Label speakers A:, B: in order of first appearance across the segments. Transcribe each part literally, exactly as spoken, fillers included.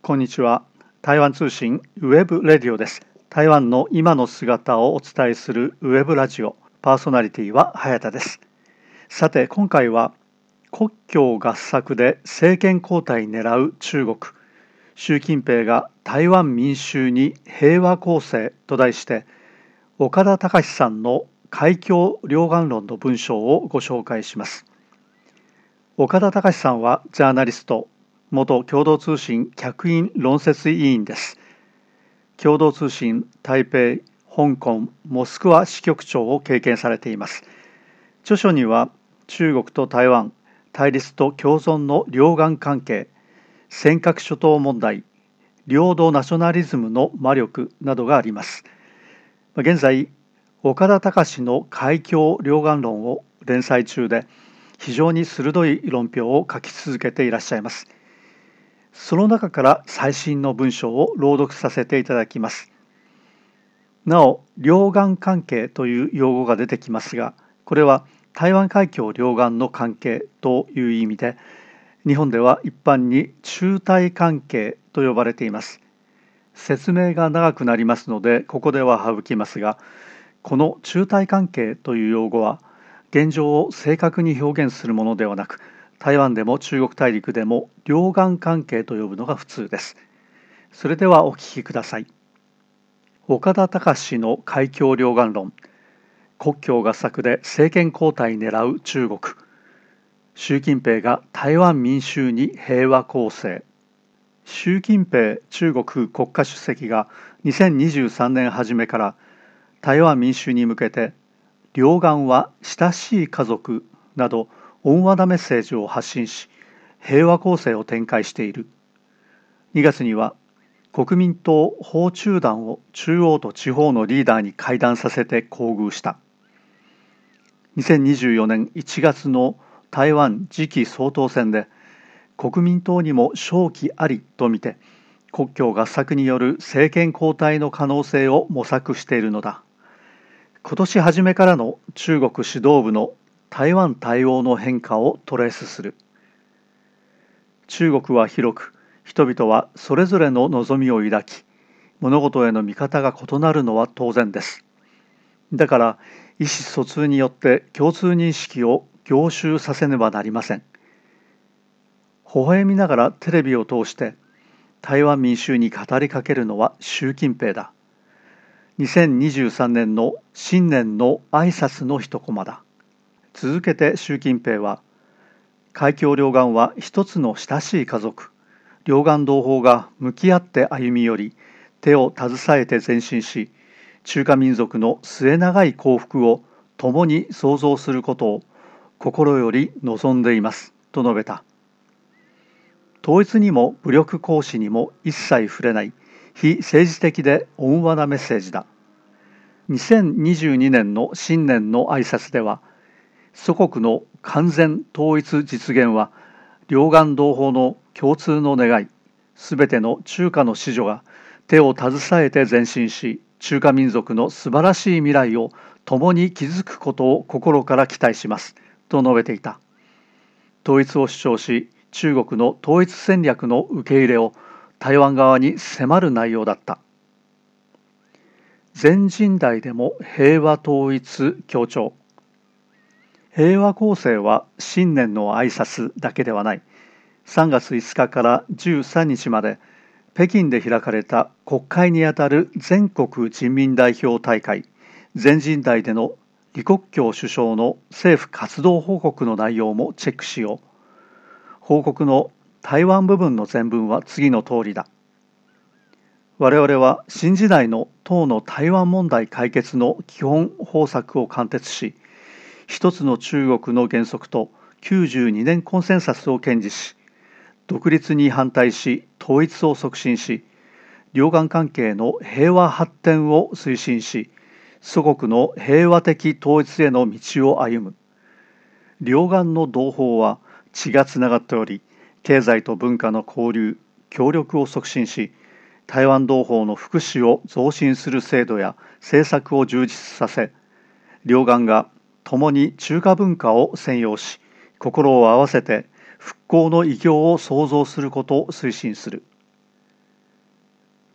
A: こんにちは。台湾通信ウェブレディオです。台湾の今の姿をお伝えするウェブラジオ、パーソナリティは早田です。さて、今回は国共合作で政権交代狙う中国、習近平が台湾民衆に平和攻勢と題して、岡田隆さんの海峡両岸論の文章をご紹介します。岡田隆さんはジャーナリスト、元共同通信客員論説委員です。共同通信台北、香港、モスクワ支局長を経験されています。著書には中国と台湾、対立と共存の両岸関係、尖閣諸島問題、領土ナショナリズムの魔力などがあります。現在、岡田隆の海峡両岸論を連載中で、非常に鋭い論評を書き続けていらっしゃいます。その中から最新の文章を朗読させていただきます。なお、両岸関係という用語が出てきますが、これは台湾海峡両岸の関係という意味で、日本では一般に中台関係と呼ばれています。説明が長くなりますので、ここでは省きますが、この中台関係という用語は、現状を正確に表現するものではなく、台湾でも中国大陸でも両岸関係と呼ぶのが普通です。それではお聞きください。岡田隆の海峡両岸論、国共合作で政権交代狙う中国、習近平が台湾民衆に平和攻勢。習近平中国国家主席がにせんにじゅうさんねん初めから台湾民衆に向けて両岸は親しい家族など温和なメッセージを発信し、平和攻勢を展開している。にがつには国民党訪中団を中央と地方のリーダーに会談させて厚遇した。にせんにじゅうよねんいちがつの台湾次期総統選で国民党にも勝機ありとみて、国共合作による政権交代の可能性を模索しているのだ。今年初めからの中国指導部の台湾対応の変化をトレースする。中国は広く、人々はそれぞれの望みを抱き、物事への見方が異なるのは当然です。だから、意思疎通によって共通認識を凝集させねばなりません。微笑みながらテレビを通して台湾民衆に語りかけるのは習近平だ。にせんにじゅうさんねんの新年の挨拶の一コマだ。続けて習近平は、海峡両岸は一つの親しい家族、両岸同胞が向き合って歩み寄り、手を携えて前進し、中華民族の末永い幸福を共に創造することを心より望んでいますと述べた。統一にも武力行使にも一切触れない非政治的で温和なメッセージだ。にせんにじゅうにねんの新年の挨拶では、祖国の完全統一実現は両岸同胞の共通の願い、すべての中華の子女が手を携えて前進し、中華民族の素晴らしい未来を共に築くことを心から期待しますと述べていた。統一を主張し、中国の統一戦略の受け入れを台湾側に迫る内容だった。全人代でも平和統一強調。平和攻勢は新年の挨拶だけではない。さんがついつかからじゅうさんにちまで北京で開かれた国会にあたる全国人民代表大会全人代での李克強首相の政府活動報告の内容もチェックしよう。報告の台湾部分の全文は次の通りだ。我々は新時代の党の台湾問題解決の基本方策を貫徹し、一つの中国の原則ときゅうじゅうにねんコンセンサスを堅持し、独立に反対し、統一を促進し、両岸関係の平和発展を推進し、祖国の平和的統一への道を歩む。両岸の同胞は血がつながっており、経済と文化の交流、協力を促進し、台湾同胞の福祉を増進する制度や政策を充実させ、両岸が共に中華文化を宣揚し、心を合わせて復興の偉業を創造することを推進する。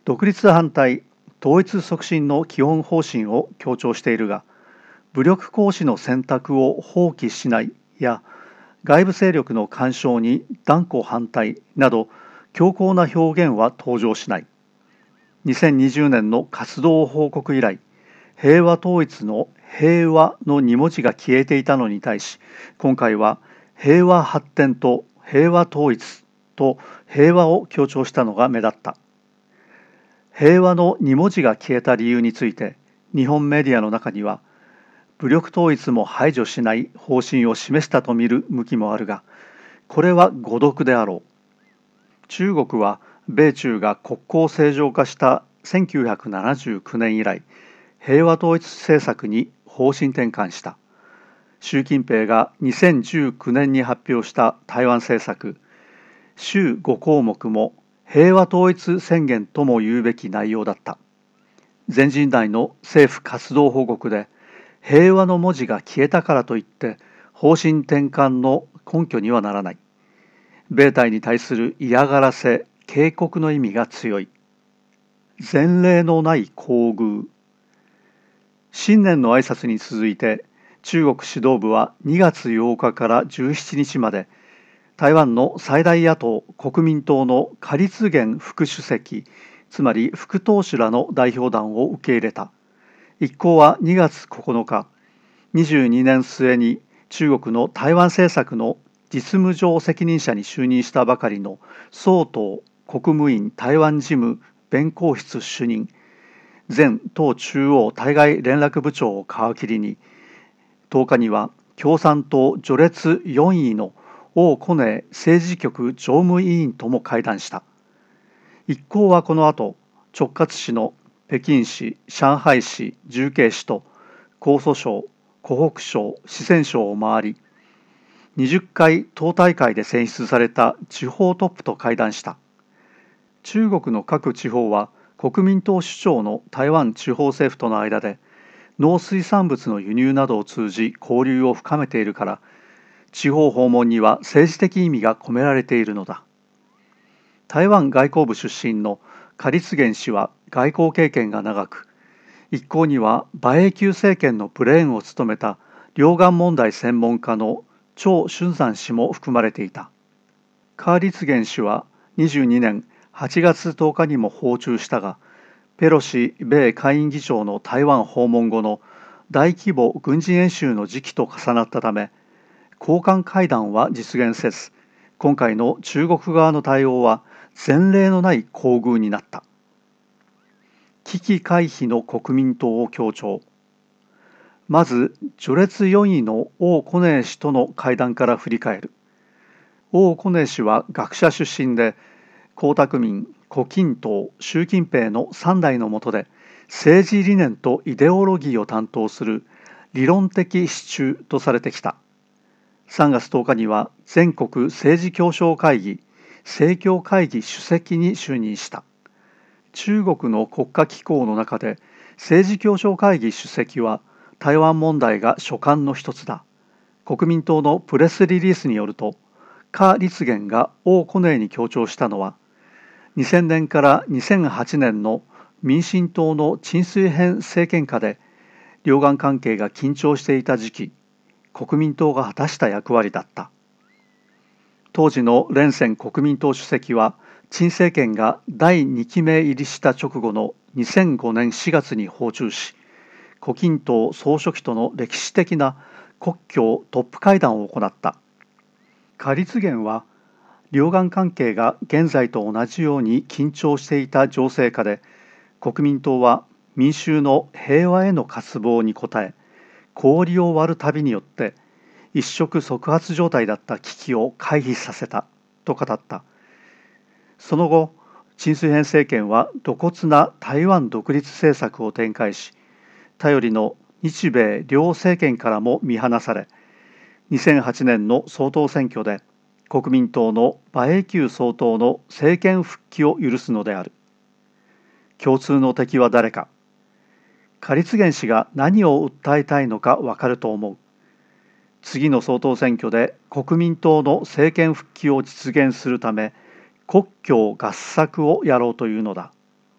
A: 独立反対、統一促進の基本方針を強調しているが、武力行使の選択を放棄しないや外部勢力の干渉に断固反対など強硬な表現は登場しない。にせんにじゅうねんの活動報告以来、平和統一の平和のに文字が消えていたのに対し、今回は平和発展と平和統一と平和を強調したのが目立った。平和のに文字が消えた理由について、日本メディアの中には、武力統一も排除しない方針を示したと見る向きもあるが、これは誤読であろう。中国は米中が国交正常化したせんきゅうひゃくななじゅうきゅうねん以来、平和統一政策に方針転換した。習近平がにせんじゅうきゅうねんに発表した台湾政策、週ご項目も平和統一宣言とも言うべき内容だった。全人代の政府活動報告で、平和の文字が消えたからといって方針転換の根拠にはならない。米台に対する嫌がらせ、警告の意味が強い。前例のない厚遇。新年の挨拶に続いて、中国指導部はにがつようかからじゅうしちにちまで、台湾の最大野党国民党の夏立言副主席、つまり副党首らの代表団を受け入れた。一行はにがつここのか、にじゅうにねん末に中国の台湾政策の実務上責任者に就任したばかりの宋涛国務院台湾事務弁公室主任、前党中央対外連絡部長を皮切りに、とおかには共産党序列よんいの王湖寧政治局常務委員とも会談した。一行はこの後、直轄市の北京市、上海市、重慶市と江蘇省、湖北省、四川省を回り、にじゅっかい党大会で選出された地方トップと会談した。中国の各地方は国民党首長の台湾地方政府との間で農水産物の輸入などを通じ交流を深めているから、地方訪問には政治的意味が込められているのだ。台湾外交部出身の夏立言氏は外交経験が長く、一行には馬英九政権のブレーンを務めた両岸問題専門家の張春山氏も含まれていた。夏立言氏はにじゅうにねんはちがつとおかにも訪中したが、ペロシ米下院議長の台湾訪問後の大規模軍事演習の時期と重なったため、高官会談は実現せず、今回の中国側の対応は前例のない厚遇になった。危機回避の国民党を強調。まず序列よんいの王湖寧氏との会談から振り返る。王湖寧氏は学者出身で、江沢民、胡錦涛、習近平のさんだいの下で政治理念とイデオロギーを担当する理論的支柱とされてきた。さんがつとおかには全国政治協商会議政教会議主席に就任した。中国の国家機構の中で政治協商会議主席は台湾問題が所管の一つだ。国民党のプレスリリースによると、夏立言が王湖寧に強調したのは、にせんねんからにせんはちねんの民進党の陳水扁政権下で両岸関係が緊張していた時期、国民党が果たした役割だった。当時の連戦国民党主席は、陳政権がだいにきめ入りした直後のにせんごねんしがつに訪中し、胡錦涛総書記との歴史的な国共トップ会談を行った。夏立言は、両岸関係が現在と同じように緊張していた情勢下で、国民党は民衆の平和への渇望に応え、氷を割る旅によって一触即発状態だった危機を回避させたと語った。その後、陳水扁政権は露骨な台湾独立政策を展開し、頼りの日米両政権からも見放され、にせんはちねんの総統選挙で国民党の馬英九総統の政権復帰を許すのである。共通の敵は誰か。夏立言氏が何を訴えたいのか分かると思う。次の総統選挙で国民党の政権復帰を実現するため、国共合作をやろうというのだ。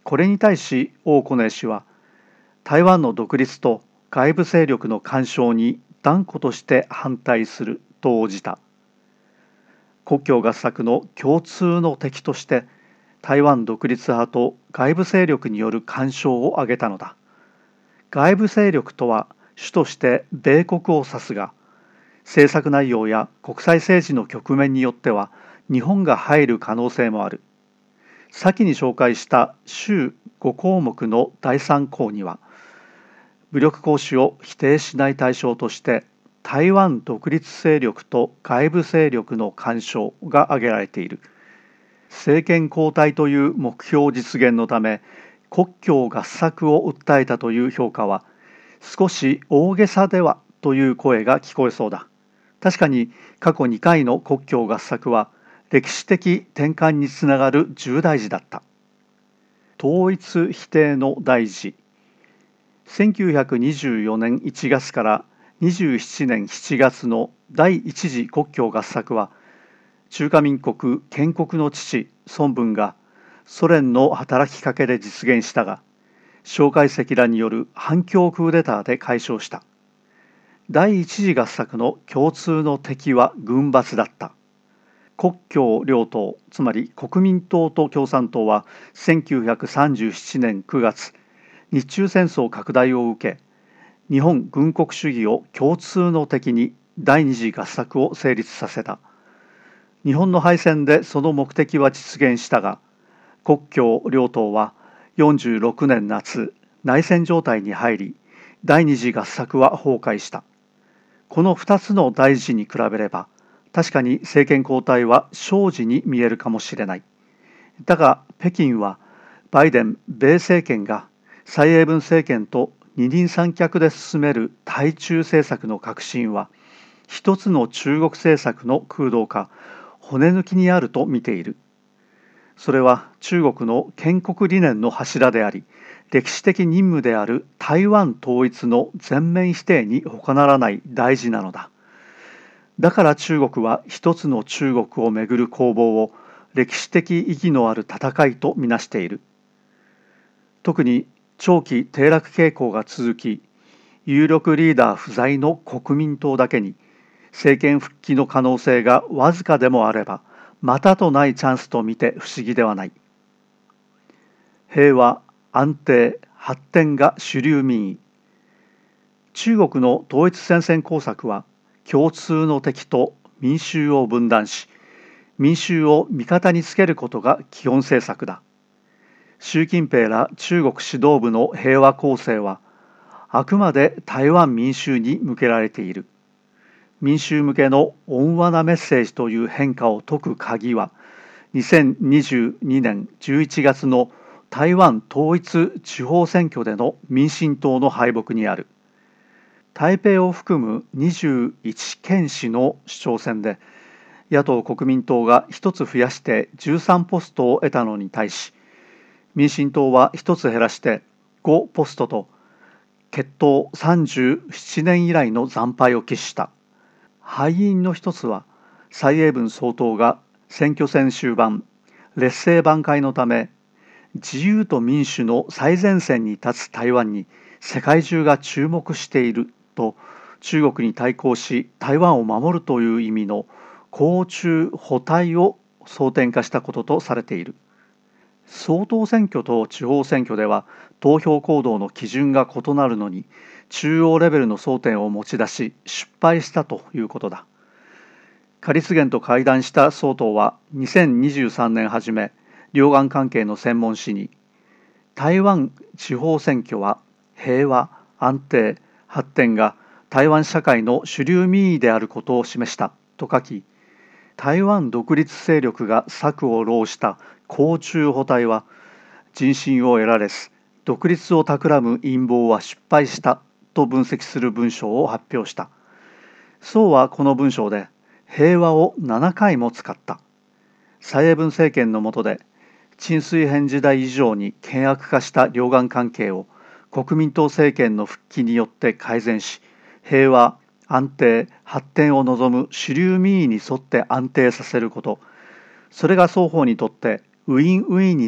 A: これに対し王滬寧氏は、台湾の独立と外部勢力の干渉に断固として反対すると応じた。国共合作の共通の敵として台湾独立派と外部勢力による干渉を挙げたのだ。外部勢力とは主として米国を指すが、政策内容や国際政治の局面によっては日本が入る可能性もある。先に紹介した週ご項目のだいさん項には、武力行使を否定しない対象として台湾独立勢力と外部勢力の干渉が挙げられている。政権交代という目標実現のため国共合作を訴えたという評価は少し大げさではという声が聞こえそうだ。確かに過去にかいの国共合作は歴史的転換につながる重大事だった。統一否定の大事。せんきゅうひゃくにじゅうよねんいちがつからにじゅうななねんしちがつの第一次国共合作は、中華民国建国の父孫文がソ連の働きかけで実現したが、蒋介石らによる反共クーデターで解消した。第一次合作の共通の敵は軍閥だった。国共両党、つまり国民党と共産党はせんきゅうひゃくさんじゅうななねんくがつ、日中戦争拡大を受け、日本軍国主義を共通の敵に第二次合作を成立させた。日本の敗戦でその目的は実現したが、国共両党はよんじゅうろくねん夏、内戦状態に入り、第二次合作は崩壊した。このふたつの大事に比べれば、確かに政権交代は生じに見えるかもしれない。だが北京はバイデン米政権が蔡英文政権と二人三脚で進める対中政策の核心は、一つの中国政策の空洞化、骨抜きにあると見ている。それは中国の建国理念の柱であり、歴史的任務である台湾統一の全面否定に他ならない大事なのだ。だから中国は一つの中国をめぐる攻防を歴史的意義のある戦いとみなしている。特に長期低落傾向が続き、有力リーダー不在の国民党だけに政権復帰の可能性がわずかでもあれば、またとないチャンスと見て不思議ではない。平和、安定、発展が主流民意。中国の統一戦線工作は、共通の敵と民衆を分断し、民衆を味方につけることが基本政策だ。習近平ら中国指導部の平和攻勢は、あくまで台湾民衆に向けられている。民衆向けの温和なメッセージという変化を説く鍵は、にせんにじゅうにねんじゅういちがつの台湾統一地方選挙での民進党の敗北にある。台北を含むにじゅういち県市の市長選で、野党国民党がひとつ増やしてじゅうさんポストを得たのに対し、民進党はひとつ減らしてごポストと、結党さんじゅうななねん以来の惨敗を喫した。敗因の一つは、蔡英文総統が選挙戦終盤、劣勢挽回のため、自由と民主の最前線に立つ台湾に世界中が注目していると、中国に対抗し台湾を守るという意味の抗中補台を争点化したこととされている。総統選挙と地方選挙では投票行動の基準が異なるのに、中央レベルの争点を持ち出し失敗したということだ。夏立言と会談した総統はにせんにじゅうさんねん初め、両岸関係の専門誌に、台湾地方選挙は平和、安定、発展が台湾社会の主流民意であることを示したと書き、台湾独立勢力が策を弄した抗中補台は人心を得られず、独立を企む陰謀は失敗したと分析する文章を発表した。宋はこの文章で平和をななかいも使った。蔡英文政権の下で陳水扁時代以上に険悪化した両岸関係を国民党政権の復帰によって改善し、平和、安定、発展を望む主流民意に沿って安定させること、それが双方にとってウィンウィンになる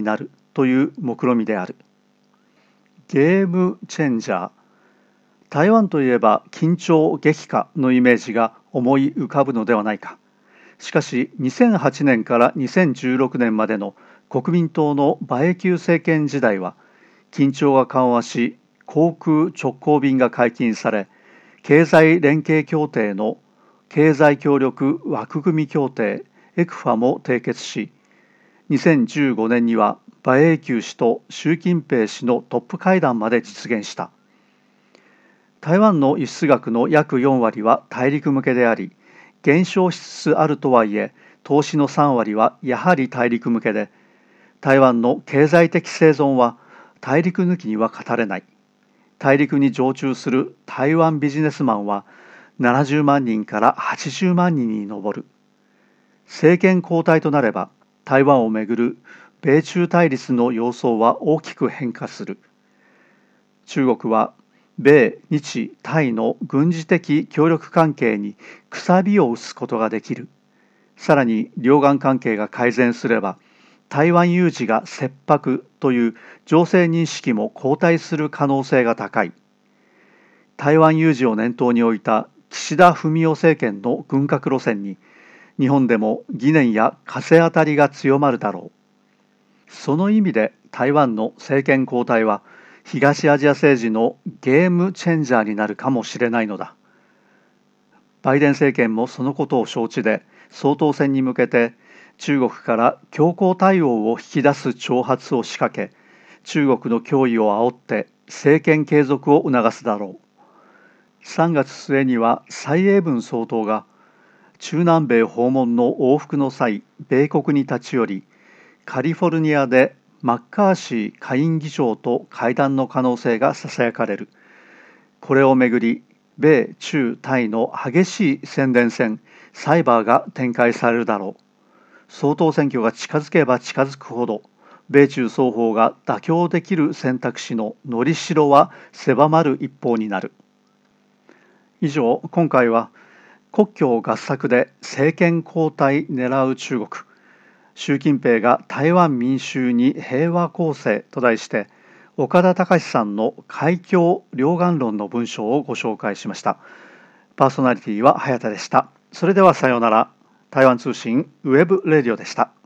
A: という目論見である。ゲームチェンジャー。台湾といえば緊張激化のイメージが思い浮かぶのではないか。しかしにせんはちねんからにせんじゅうろくねんまでの国民党の馬英九政権時代は緊張が緩和し、航空直行便が解禁され、経済連携協定の経済協力枠組み協定エクファも締結し、にせんじゅうごねんには馬英九氏と習近平氏のトップ会談まで実現した。台湾の輸出額の約よんわりは大陸向けであり、減少しつつあるとはいえ、投資のさんわりはやはり大陸向けで、台湾の経済的生存は大陸抜きには語れない。大陸に常駐する台湾ビジネスマンはななじゅうまんにんからはちじゅうまんにんに上る。政権交代となれば、台湾をめぐる米中対立の様相は大きく変化する。中国は米日台の軍事的協力関係にくさびを打つことができる。さらに両岸関係が改善すれば、台湾有事が切迫という情勢認識も後退する可能性が高い。台湾有事を念頭に置いた岸田文雄政権の軍拡路線に、日本でも疑念や風当たりが強まるだろう。その意味で台湾の政権交代は、東アジア政治のゲームチェンジャーになるかもしれないのだ。バイデン政権もそのことを承知で、総統選に向けて中国から強硬対応を引き出す挑発を仕掛け、中国の脅威を煽って政権継続を促すだろう。さんがつ末には蔡英文総統が中南米訪問の往復の際、米国に立ち寄り、カリフォルニアでマッカーシー下院議長と会談の可能性がささやかれる。これをめぐり、米中台の激しい宣伝戦、サイバーが展開されるだろう。総統選挙が近づけば近づくほど、米中双方が妥協できる選択肢ののりしろは狭まる一方になる。以上、今回は国境合作で政権交代狙う中国、習近平が台湾民衆に平和攻勢と題して、岡田隆さんの海峡両岸論の文章をご紹介しました。パーソナリティは早田でした。それではさようなら。台湾通信ウェブレディオでした。